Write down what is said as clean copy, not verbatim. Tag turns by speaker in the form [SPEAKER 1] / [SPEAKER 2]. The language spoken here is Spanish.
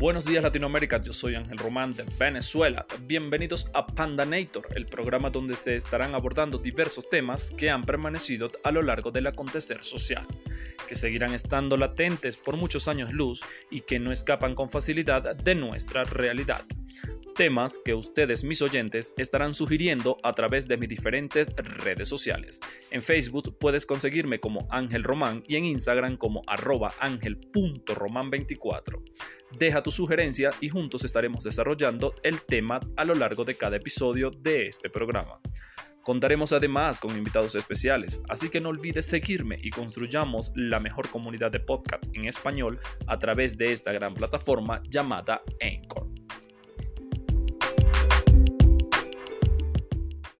[SPEAKER 1] Buenos días Latinoamérica, yo soy Ángel Román de Venezuela. Bienvenidos a Pandanator, el programa donde se estarán abordando diversos temas que han permanecido a lo largo del acontecer social, que seguirán estando latentes por muchos años luz y que no escapan con facilidad de nuestra realidad. Temas que ustedes, mis oyentes, estarán sugiriendo a través de mis diferentes redes sociales. En Facebook puedes conseguirme como Ángel Román y en Instagram como @angel.roman24. Deja tu sugerencia y juntos estaremos desarrollando el tema a lo largo de cada episodio de este programa. Contaremos además con invitados especiales, así que no olvides seguirme y construyamos la mejor comunidad de podcast en español a través de esta gran plataforma llamada Anchor.